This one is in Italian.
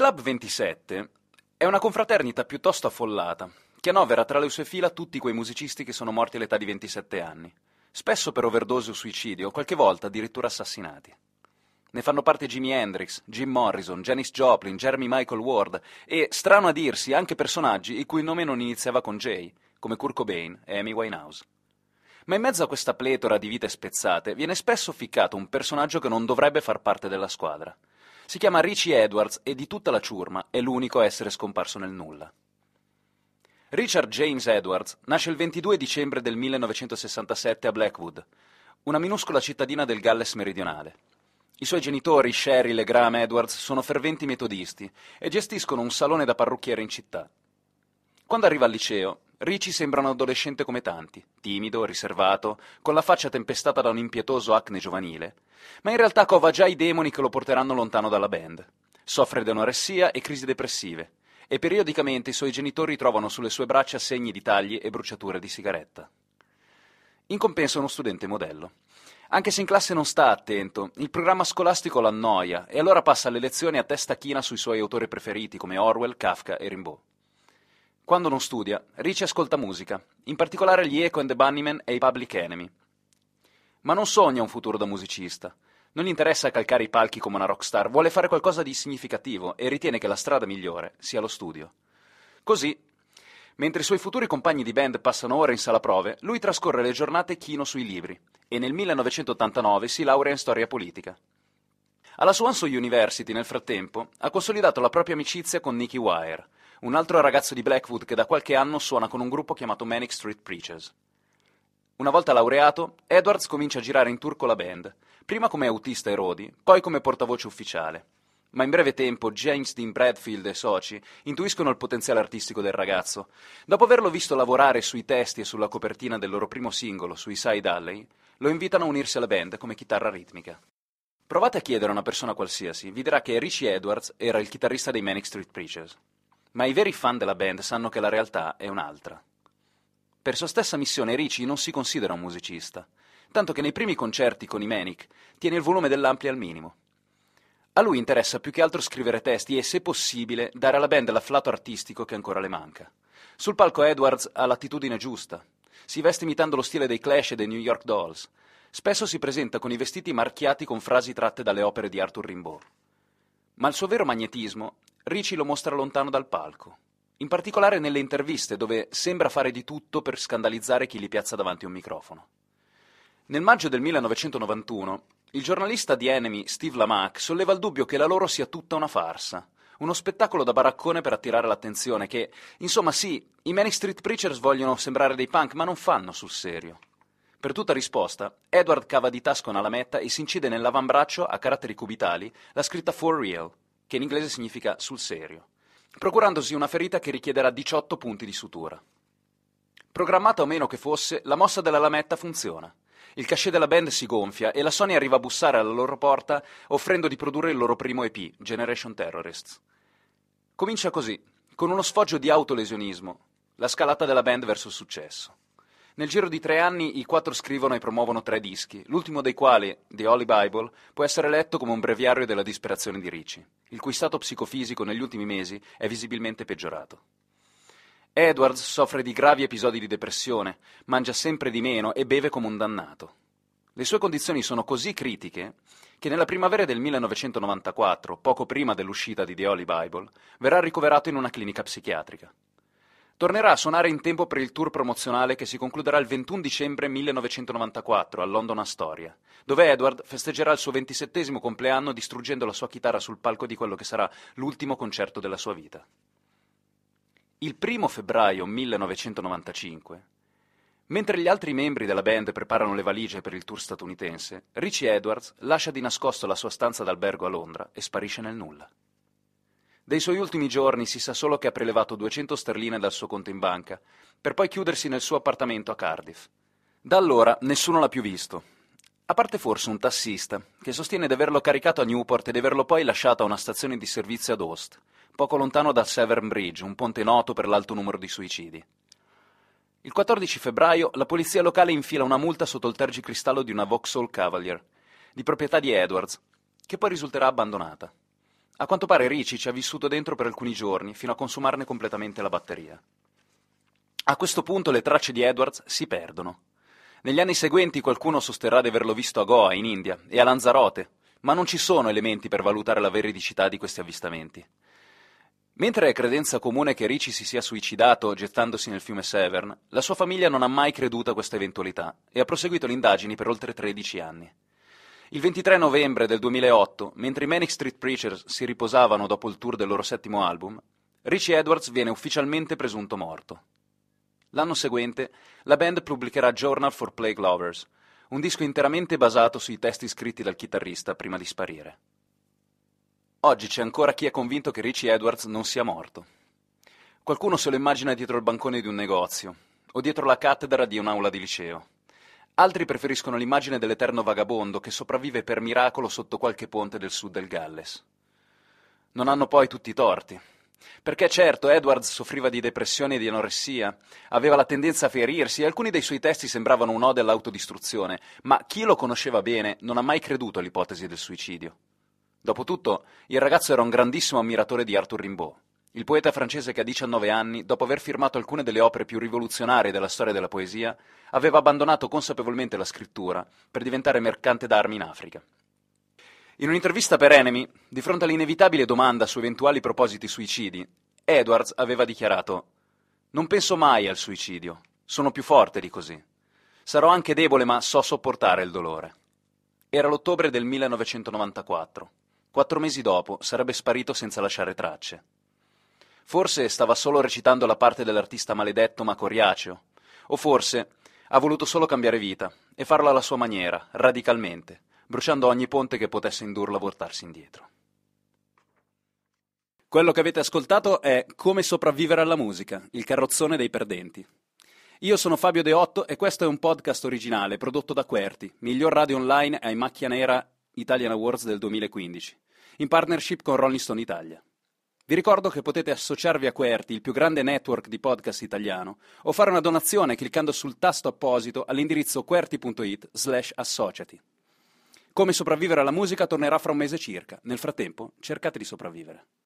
Club 27 è una confraternita piuttosto affollata, che annovera tra le sue fila tutti quei musicisti che sono morti all'età di 27 anni, spesso per overdose o suicidio, qualche volta addirittura assassinati. Ne fanno parte Jimi Hendrix, Jim Morrison, Janis Joplin, Jeremy Michael Ward e, strano a dirsi, anche personaggi il cui nome non iniziava con J, come Kurt Cobain e Amy Winehouse. Ma in mezzo a questa pletora di vite spezzate viene spesso ficcato un personaggio che non dovrebbe far parte della squadra. Si chiama Richie Edwards e di tutta la ciurma è l'unico a essere scomparso nel nulla. Richard James Edwards nasce il 22 dicembre del 1967 a Blackwood, una minuscola cittadina del Galles meridionale. I suoi genitori, Cheryl e Graham Edwards, sono ferventi metodisti e gestiscono un salone da parrucchiere in città. Quando arriva al liceo, Richie sembra un adolescente come tanti, timido, riservato, con la faccia tempestata da un impietoso acne giovanile, ma in realtà cova già i demoni che lo porteranno lontano dalla band. Soffre di anoressia e crisi depressive, e periodicamente i suoi genitori trovano sulle sue braccia segni di tagli e bruciature di sigaretta. In compenso è uno studente modello. Anche se in classe non sta attento, il programma scolastico lo annoia e allora passa le lezioni a testa china sui suoi autori preferiti come Orwell, Kafka e Rimbaud. Quando non studia, Richie ascolta musica, in particolare gli Echo and the Bunnymen e i Public Enemy. Ma non sogna un futuro da musicista. Non gli interessa calcare i palchi come una rockstar, vuole fare qualcosa di significativo e ritiene che la strada migliore sia lo studio. Così, mentre i suoi futuri compagni di band passano ore in sala prove, lui trascorre le giornate chino sui libri e nel 1989 si laurea in storia politica. Alla Swansea University, nel frattempo, ha consolidato la propria amicizia con Nicky Wire, un altro ragazzo di Blackwood che da qualche anno suona con un gruppo chiamato Manic Street Preachers. Una volta laureato, Edwards comincia a girare in tour con la band, prima come autista e roadie, poi come portavoce ufficiale. Ma in breve tempo James Dean Bradfield e soci intuiscono il potenziale artistico del ragazzo. Dopo averlo visto lavorare sui testi e sulla copertina del loro primo singolo, Suicide Alley, lo invitano a unirsi alla band come chitarra ritmica. Provate a chiedere a una persona qualsiasi, vi dirà che Richie Edwards era il chitarrista dei Manic Street Preachers. Ma i veri fan della band sanno che la realtà è un'altra. Per sua stessa missione Richie non si considera un musicista, tanto che nei primi concerti con i Manic tiene il volume dell'ampli al minimo. A lui interessa più che altro scrivere testi e, se possibile, dare alla band l'afflato artistico che ancora le manca. Sul palco Edwards ha l'attitudine giusta. Si veste imitando lo stile dei Clash e dei New York Dolls. Spesso si presenta con i vestiti marchiati con frasi tratte dalle opere di Arthur Rimbaud. Ma il suo vero magnetismo Richie lo mostra lontano dal palco, in particolare nelle interviste dove sembra fare di tutto per scandalizzare chi gli piazza davanti un microfono. Nel maggio del 1991, il giornalista di Enemy Steve Lamacq solleva il dubbio che la loro sia tutta una farsa, uno spettacolo da baraccone per attirare l'attenzione che, insomma sì, i Manic Street Preachers vogliono sembrare dei punk ma non fanno sul serio. Per tutta risposta, Edward cava di tasca una lametta e si incide nell'avambraccio a caratteri cubitali la scritta For Real, che in inglese significa sul serio, procurandosi una ferita che richiederà 18 punti di sutura. Programmata o meno che fosse, la mossa della lametta funziona. Il cachet della band si gonfia e la Sony arriva a bussare alla loro porta offrendo di produrre il loro primo EP, Generation Terrorists. Comincia così, con uno sfoggio di autolesionismo, la scalata della band verso il successo. Nel giro di 3 anni i 4 scrivono e promuovono 3 dischi, l'ultimo dei quali, The Holy Bible, può essere letto come un breviario della disperazione di Richie, il cui stato psicofisico negli ultimi mesi è visibilmente peggiorato. Edwards soffre di gravi episodi di depressione, mangia sempre di meno e beve come un dannato. Le sue condizioni sono così critiche che nella primavera del 1994, poco prima dell'uscita di The Holy Bible, verrà ricoverato in una clinica psichiatrica. Tornerà a suonare in tempo per il tour promozionale che si concluderà il 21 dicembre 1994 a London Astoria, dove Edward festeggerà il suo 27° compleanno distruggendo la sua chitarra sul palco di quello che sarà l'ultimo concerto della sua vita. Il 1 febbraio 1995, mentre gli altri membri della band preparano le valigie per il tour statunitense, Richie Edwards lascia di nascosto la sua stanza d'albergo a Londra e sparisce nel nulla. Dei suoi ultimi giorni si sa solo che ha prelevato 200 sterline dal suo conto in banca, per poi chiudersi nel suo appartamento a Cardiff. Da allora nessuno l'ha più visto, a parte forse un tassista, che sostiene di averlo caricato a Newport e di averlo poi lasciato a una stazione di servizio ad Host, poco lontano dal Severn Bridge, un ponte noto per l'alto numero di suicidi. Il 14 febbraio la polizia locale infila una multa sotto il tergicristallo di una Vauxhall Cavalier, di proprietà di Edwards, che poi risulterà abbandonata. A quanto pare Richie ci ha vissuto dentro per alcuni giorni, fino a consumarne completamente la batteria. A questo punto le tracce di Edwards si perdono. Negli anni seguenti qualcuno sosterrà di averlo visto a Goa, in India, e a Lanzarote, ma non ci sono elementi per valutare la veridicità di questi avvistamenti. Mentre è credenza comune che Richie si sia suicidato gettandosi nel fiume Severn, la sua famiglia non ha mai creduto a questa eventualità e ha proseguito le indagini per oltre 13 anni. Il 23 novembre del 2008, mentre i Manic Street Preachers si riposavano dopo il tour del loro 7° album, Richie Edwards viene ufficialmente presunto morto. L'anno seguente, la band pubblicherà Journal for Plague Lovers, un disco interamente basato sui testi scritti dal chitarrista prima di sparire. Oggi c'è ancora chi è convinto che Richie Edwards non sia morto. Qualcuno se lo immagina dietro il bancone di un negozio, o dietro la cattedra di un'aula di liceo. Altri preferiscono l'immagine dell'eterno vagabondo che sopravvive per miracolo sotto qualche ponte del sud del Galles. Non hanno poi tutti i torti. Perché certo, Edwards soffriva di depressione e di anoressia, aveva la tendenza a ferirsi e alcuni dei suoi testi sembravano un'ode all'autodistruzione, ma chi lo conosceva bene non ha mai creduto all'ipotesi del suicidio. Dopotutto, il ragazzo era un grandissimo ammiratore di Arthur Rimbaud, il poeta francese che a 19 anni, dopo aver firmato alcune delle opere più rivoluzionarie della storia della poesia, aveva abbandonato consapevolmente la scrittura per diventare mercante d'armi in Africa. In un'intervista per Enemy, di fronte all'inevitabile domanda su eventuali propositi suicidi, Edwards aveva dichiarato: «Non penso mai al suicidio, sono più forte di così. Sarò anche debole ma so sopportare il dolore». Era l'ottobre del 1994. 4 mesi dopo sarebbe sparito senza lasciare tracce. Forse stava solo recitando la parte dell'artista maledetto ma coriaceo, o forse ha voluto solo cambiare vita e farlo alla sua maniera, radicalmente, bruciando ogni ponte che potesse indurlo a voltarsi indietro. Quello che avete ascoltato è Come sopravvivere alla musica, il carrozzone dei perdenti. Io sono Fabio Deotto e questo è un podcast originale prodotto da Querti, miglior radio online ai Macchia Nera Italian Awards del 2015, in partnership con Rolling Stone Italia. Vi ricordo che potete associarvi a Querti, il più grande network di podcast italiano, o fare una donazione cliccando sul tasto apposito all'indirizzo querti.it/associati. Come sopravvivere alla musica tornerà fra un mese circa. Nel frattempo, cercate di sopravvivere.